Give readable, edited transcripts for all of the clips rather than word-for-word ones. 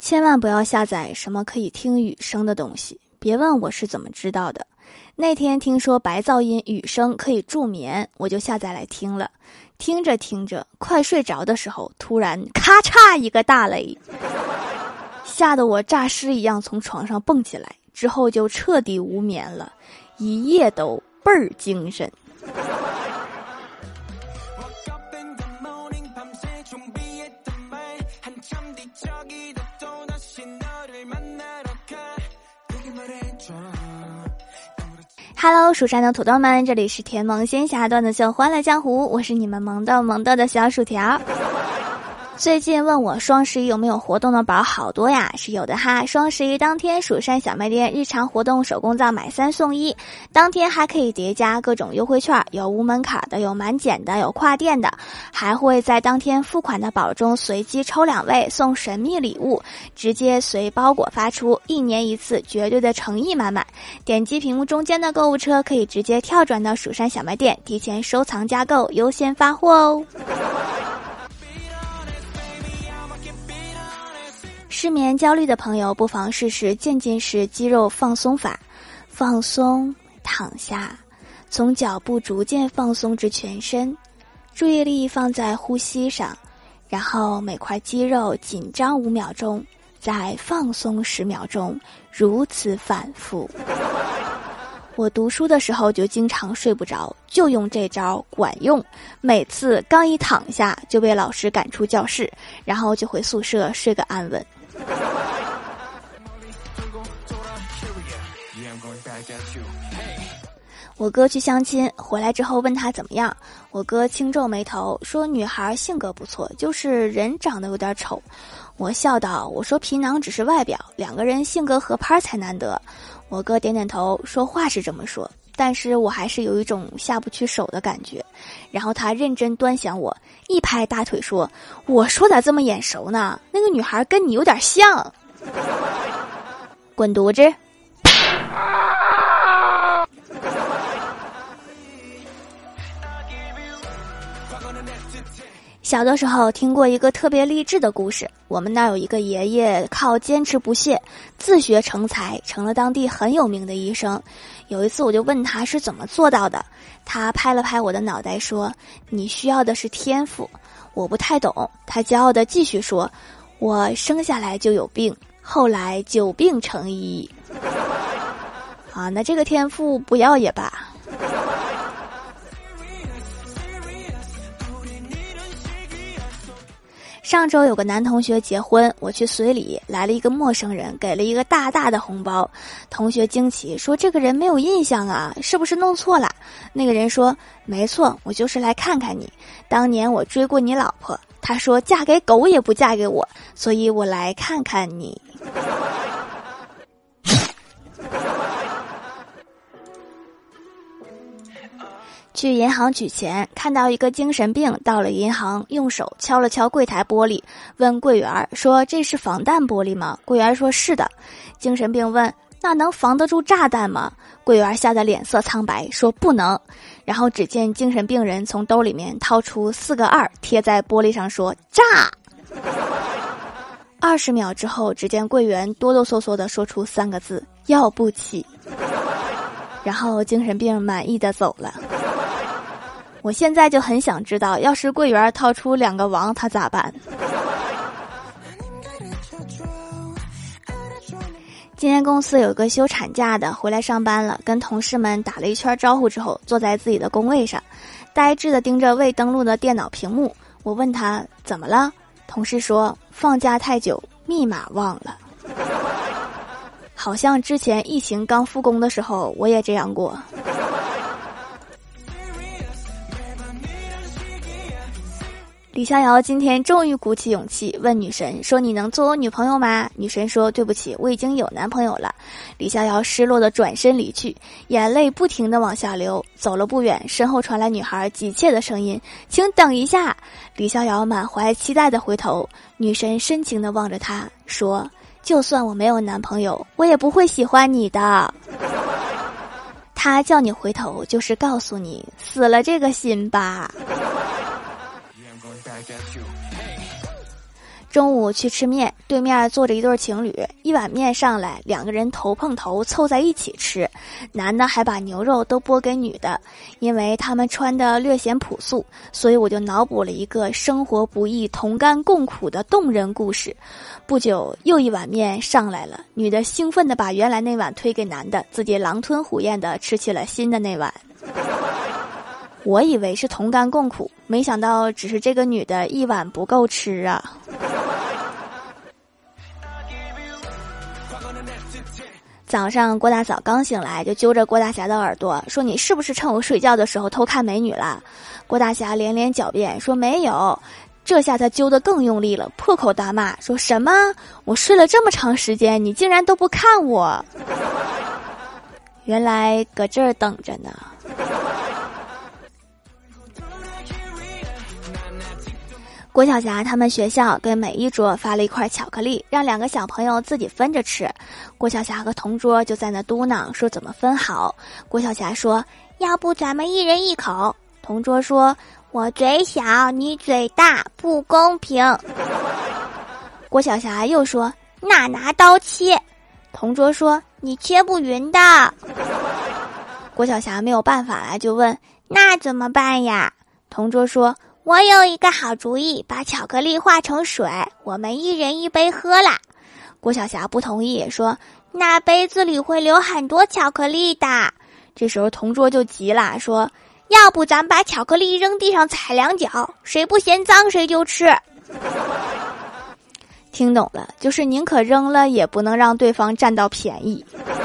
千万不要下载什么可以听雨声的东西，别问我是怎么知道的。那天听说白噪音雨声可以助眠，我就下载来听了。听着听着，快睡着的时候，突然咔嚓一个大雷，吓得我诈尸一样从床上蹦起来，之后就彻底无眠了，一夜都倍儿精神。Hello， 蜀山的土豆们，这里是甜萌仙侠段子秀欢乐江湖，我是你们萌豆的小薯条。最近问我双11有没有活动的宝，好多呀，是有的哈。双11当天，蜀山小卖店日常活动手工皂买3送1，当天还可以叠加各种优惠券，有无门槛的，有满减的，有跨店的，还会在当天付款的宝中随机抽2位送神秘礼物，直接随包裹发出，1年1次，绝对的诚意满满。点击屏幕中间的购物车，可以直接跳转到蜀山小卖店，提前收藏加购，优先发货哦。失眠焦虑的朋友不妨试试渐进式肌肉放松法，放松，躺下，从脚部逐渐放松至全身，注意力放在呼吸上，然后每块肌肉紧张5秒钟，再放松10秒钟，如此反复。我读书的时候就经常睡不着，就用这招管用，每次刚一躺下就被老师赶出教室，然后就回宿舍睡个安稳。我哥去相亲回来之后问他怎么样，我哥轻皱眉头说女孩性格不错，就是人长得有点丑。我笑道，我说皮囊只是外表，2个人性格合拍才难得。我哥点点头说话是这么说，但是我还是有一种下不去手的感觉。然后他认真端详我，一拍大腿说，我说咋这么眼熟呢，那个女孩跟你有点像。滚犊子。小的时候听过一个特别励志的故事，我们那有一个爷爷靠坚持不懈自学成才，成了当地很有名的医生。有一次我就问他是怎么做到的，他拍了拍我的脑袋说，你需要的是天赋。我不太懂，他骄傲地继续说，我生下来就有病，后来久病成医。啊，那这个天赋不要也罢。上周有个男同学结婚，我去随礼，来了一个陌生人，给了一个大大的红包。同学惊奇说，这个人没有印象啊，是不是弄错了？那个人说，没错，我就是来看看你，当年我追过你老婆，她说嫁给狗也不嫁给我，所以我来看看你。去银行取钱，看到一个精神病到了银行，用手敲了敲柜台玻璃，问柜员说，这是防弹玻璃吗？柜员说是的。精神病问，那能防得住炸弹吗？柜员吓得脸色苍白，说不能。然后只见精神病人从兜里面掏出4个2，贴在玻璃上说，炸。20秒之后，只见柜员哆哆嗦嗦地说出3个字，要不起。然后精神病满意的走了。我现在就很想知道，要是柜员掏出2个王，他咋办？今天公司有个休产假的回来上班了，跟同事们打了一圈招呼之后，坐在自己的工位上，呆滞地盯着未登录的电脑屏幕。我问他怎么了，同事说放假太久，密码忘了。好像之前疫情刚复工的时候，我也这样过。李逍遥今天终于鼓起勇气问女神说，你能做我女朋友吗？女神说，对不起，我已经有男朋友了。李逍遥失落的转身离去，眼泪不停地往下流。走了不远，身后传来女孩急切的声音，请等一下。李逍遥满怀期待地回头，女神深情地望着他说，就算我没有男朋友，我也不会喜欢你的。他叫你回头，就是告诉你死了这个心吧。 中午去吃面，对面坐着一对情侣，一碗面上来，两个人头碰头凑在一起吃，男的还把牛肉都拨给女的。因为他们穿的略显朴素，所以我就脑补了一个生活不易同甘共苦的动人故事。不久又一碗面上来了，女的兴奋地把原来那碗推给男的，自己狼吞虎咽地吃起了新的那碗。我以为是同甘共苦，没想到只是这个女的一碗不够吃啊。早上郭大嫂刚醒来就揪着郭大侠的耳朵说，你是不是趁我睡觉的时候偷看美女了？郭大侠连连狡辩说没有。这下他揪得更用力了，破口大骂说，什么我睡了这么长时间你竟然都不看我。原来搁这儿等着呢。郭晓霞他们学校给每一桌发了一块巧克力，让两个小朋友自己分着吃。郭晓霞和同桌就在那嘟囔说怎么分好。郭晓霞说，要不咱们一人一口。同桌说，我嘴小你嘴大不公平。郭晓霞又说，那拿刀切。同桌说，你切不匀的。郭晓霞没有办法了，就问，那怎么办呀？同桌说，我有一个好主意，把巧克力化成水，我们一人一杯喝啦。郭晓霞不同意，说，那杯子里会留很多巧克力的。这时候同桌就急了，说，要不咱把巧克力扔地上踩两脚，谁不嫌脏谁就吃。听懂了，就是宁可扔了也不能让对方占到便宜。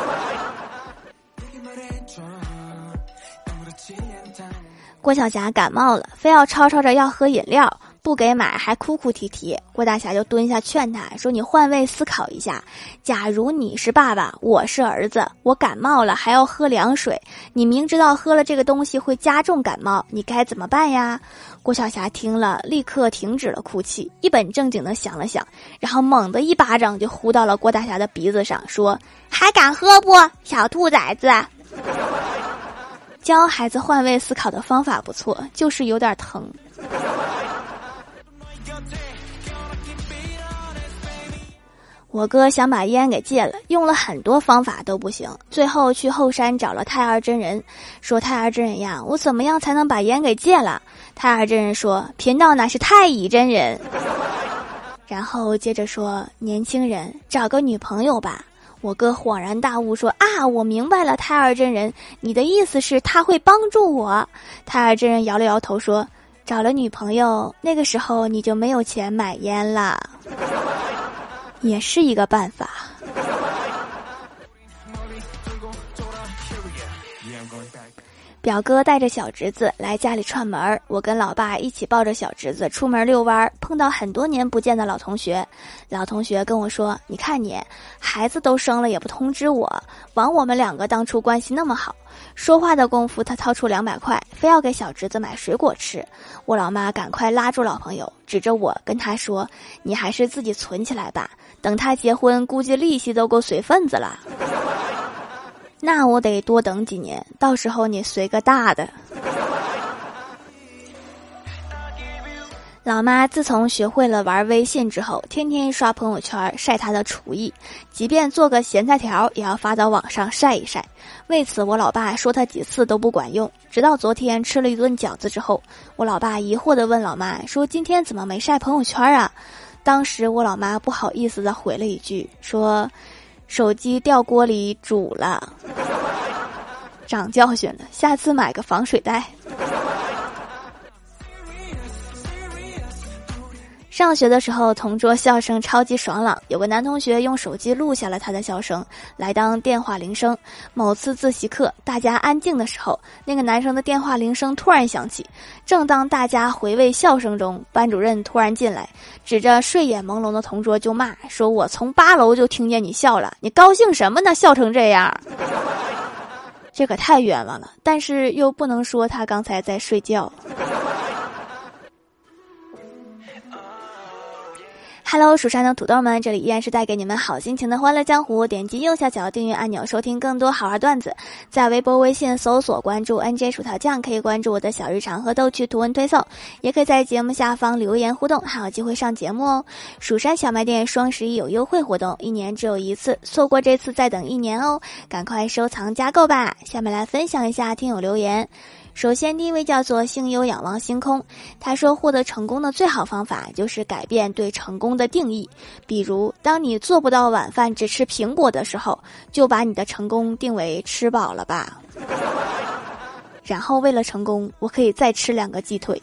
郭晓霞感冒了，非要吵吵着要喝饮料，不给买还哭哭啼啼。郭大侠就蹲下劝他说，你换位思考一下，假如你是爸爸，我是儿子，我感冒了还要喝凉水，你明知道喝了这个东西会加重感冒，你该怎么办呀？郭晓霞听了立刻停止了哭泣，一本正经地想了想，然后猛地一巴掌就呼到了郭大侠的鼻子上，说，还敢喝不，小兔崽子。教孩子换位思考的方法不错，就是有点疼。我哥想把烟给戒了，用了很多方法都不行，最后去后山找了太二真人，说，太二真人呀，我怎么样才能把烟给戒了？太二真人说，贫道乃是太乙真人。然后接着说，年轻人找个女朋友吧。我哥恍然大悟说，啊，我明白了，太二真人，你的意思是他会帮助我。太二真人摇了摇头说，找了女朋友，那个时候你就没有钱买烟了。也是一个办法。表哥带着小侄子来家里串门，我跟老爸一起抱着小侄子出门遛弯，碰到很多年不见的老同学。老同学跟我说，你看你孩子都生了也不通知我，枉我们两个当初关系那么好。说话的功夫他掏出200块，非要给小侄子买水果吃。我老妈赶快拉住老朋友，指着我跟他说，你还是自己存起来吧，等他结婚估计利息都够随份子了。那我得多等几年，到时候你随个大的。老妈自从学会了玩微信之后，天天刷朋友圈晒她的厨艺，即便做个咸菜条也要发到网上晒一晒。为此我老爸说他几次都不管用，直到昨天吃了一顿饺子之后，我老爸疑惑地问老妈说，今天怎么没晒朋友圈啊？当时我老妈不好意思地回了一句，说，手机掉锅里煮了。长教训了，下次买个防水袋。上学的时候，同桌笑声超级爽朗，有个男同学用手机录下了他的笑声，来当电话铃声。某次自习课，大家安静的时候，那个男生的电话铃声突然响起。正当大家回味笑声中，班主任突然进来，指着睡眼朦胧的同桌就骂，说，我从8楼就听见你笑了，你高兴什么呢？笑成这样。这可太冤枉了，但是又不能说他刚才在睡觉。 Hello， 蜀山的土豆们，这里依然是带给你们好心情的欢乐江湖。点击右下角订阅按钮，收听更多好玩段子。在微博、微信搜索关注 NJ 薯条酱，可以关注我的小日常和逗趣图文推送，也可以在节目下方留言互动，还有机会上节目哦。蜀山小卖店双11有优惠活动，1年只有一次，错过这次再等1年哦，赶快收藏加购吧。下面来分享一下听友留言。首先第一位叫做星优仰望星空，他说获得成功的最好方法就是改变对成功的定义，比如当你做不到晚饭只吃苹果的时候，就把你的成功定为吃饱了吧，然后为了成功我可以再吃2个鸡腿。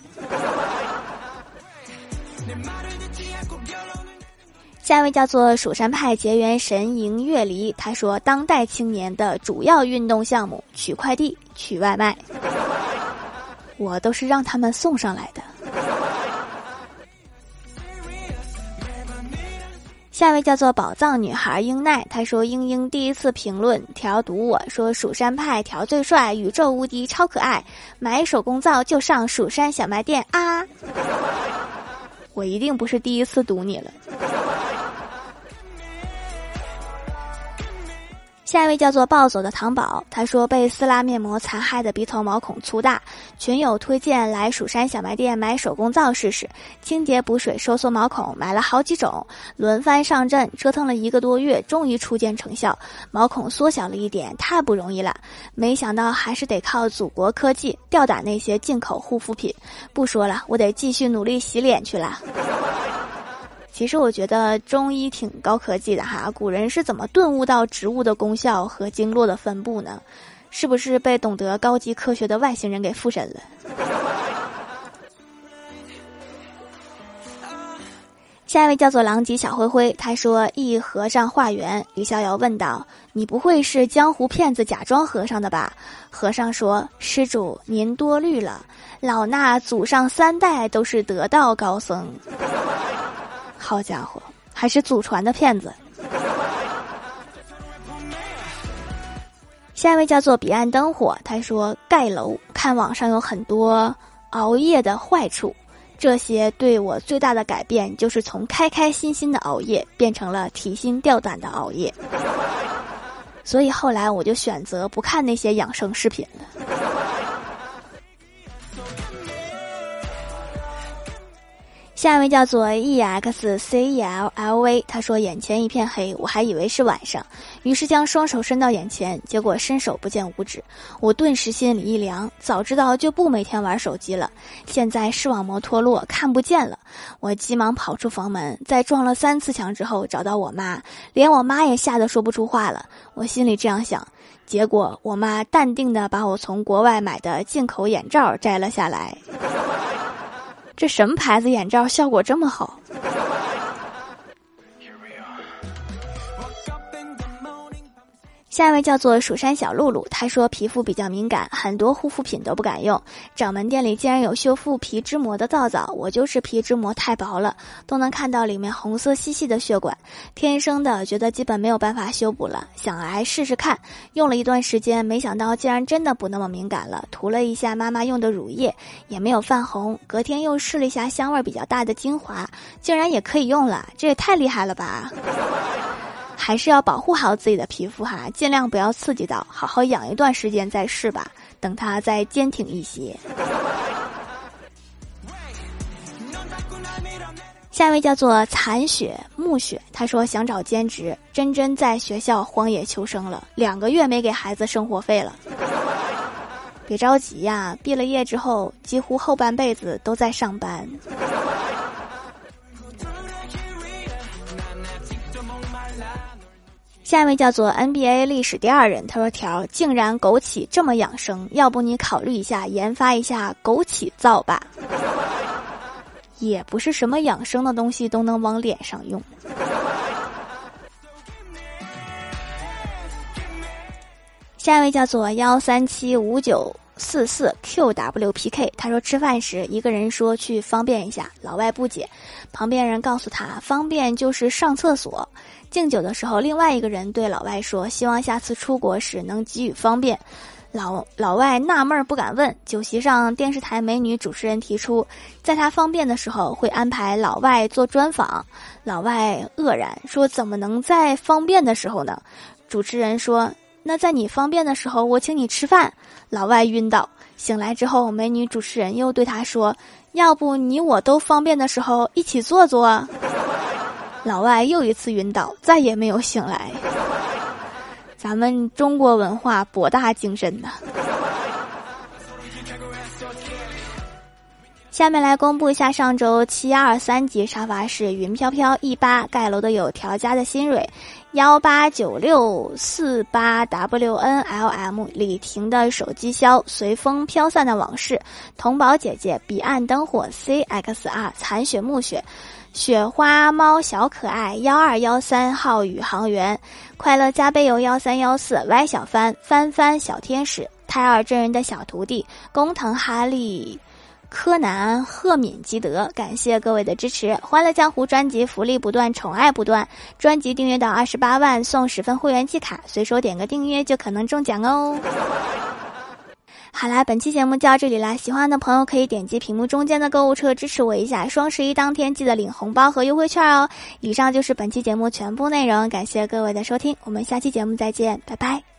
下一位叫做蜀山派结缘神迎月离，他说当代青年的主要运动项目取快递取外卖，我都是让他们送上来的。下一位叫做宝藏女孩英奈，她说英英第一次评论条读我说蜀山派条最帅，宇宙无敌超可爱，买手工皂就上蜀山小卖店啊！我一定不是第一次读你了。下一位叫做暴走的糖宝，他说被撕拉面膜残害的鼻头毛孔粗大，群友推荐来蜀山小卖店买手工皂试试，清洁补水收缩毛孔，买了好几种，轮番上阵，折腾了1个多月，终于初见成效，毛孔缩小了一点，太不容易了，没想到还是得靠祖国科技吊打那些进口护肤品，不说了，我得继续努力洗脸去了。其实我觉得中医挺高科技的哈，古人是怎么顿悟到植物的功效和经络的分布呢？是不是被懂得高级科学的外星人给附身了？下一位叫做狼藉小灰灰，他说一和尚化缘，李逍遥问道，你不会是江湖骗子假装和尚的吧？和尚说，施主您多虑了，老衲祖上3代都是得道高僧。好家伙，还是祖传的骗子。下一位叫做彼岸灯火，他说盖楼，看网上有很多熬夜的坏处，这些对我最大的改变就是从开开心心的熬夜变成了提心吊胆的熬夜，所以后来我就选择不看那些养生视频了。下一位叫做 EXCELLV， 他说眼前一片黑，我还以为是晚上，于是将双手伸到眼前，结果伸手不见五指，我顿时心里一凉，早知道就不每天玩手机了，现在视网膜脱落看不见了，我急忙跑出房门，在撞了3次墙之后找到我妈，连我妈也吓得说不出话了，我心里这样想，结果我妈淡定地把我从国外买的进口眼罩摘了下来。这什么牌子眼罩效果这么好？下一位叫做蜀山小露露，她说皮肤比较敏感，很多护肤品都不敢用，掌门店里竟然有修复皮脂膜的皂皂，我就是皮脂膜太薄了，都能看到里面红色细细的血管，天生的觉得基本没有办法修补了，想来试试看，用了一段时间，没想到竟然真的不那么敏感了，涂了一下妈妈用的乳液，也没有泛红，隔天又试了一下香味比较大的精华，竟然也可以用了，这也太厉害了吧！还是要保护好自己的皮肤哈，尽量不要刺激到，好好养一段时间再试吧，等它再坚挺一些。下一位叫做残雪暮雪，他说想找兼职，真真在学校荒野求生了，2个月没给孩子生活费了。别着急呀，毕了业之后几乎后半辈子都在上班。下一位叫做 NBA 历史第2人，他说条竟然枸杞这么养生，要不你考虑一下研发一下枸杞皂吧。也不是什么养生的东西都能往脸上用。下一位叫做1375944QWPK， 他说吃饭时一个人说去方便一下，老外不解，旁边人告诉他方便就是上厕所。敬酒的时候，另外一个人对老外说希望下次出国时能给予方便， 老外纳闷不敢问。酒席上，电视台美女主持人提出，在他方便的时候会安排老外做专访。老外愕然说：“怎么能在方便的时候呢？”主持人说：“那在你方便的时候，我请你吃饭。”老外晕倒。醒来之后，美女主持人又对他说：“要不你我都方便的时候一起坐坐。”老外又一次晕倒，再也没有醒来。咱们中国文化博大精深呐。下面来公布一下上周723级沙发是云飘飘18，盖楼的有调家的新蕊189648WNLM 李婷的手机销随风飘散的往事，童宝姐姐彼岸灯火 CXR 残雪暮雪雪花猫小可爱1213号宇航员快乐加倍游1314歪小帆帆帆小天使胎儿真人的小徒弟工藤哈利柯南赫敏基德，感谢各位的支持。欢乐江湖专辑福利不断，宠爱不断，专辑订阅到28万送10份会员季卡，随手点个订阅就可能中奖哦。好啦，本期节目就到这里啦，喜欢的朋友可以点击屏幕中间的购物车支持我一下，双11当天记得领红包和优惠券哦。以上就是本期节目全部内容，感谢各位的收听，我们下期节目再见，拜拜。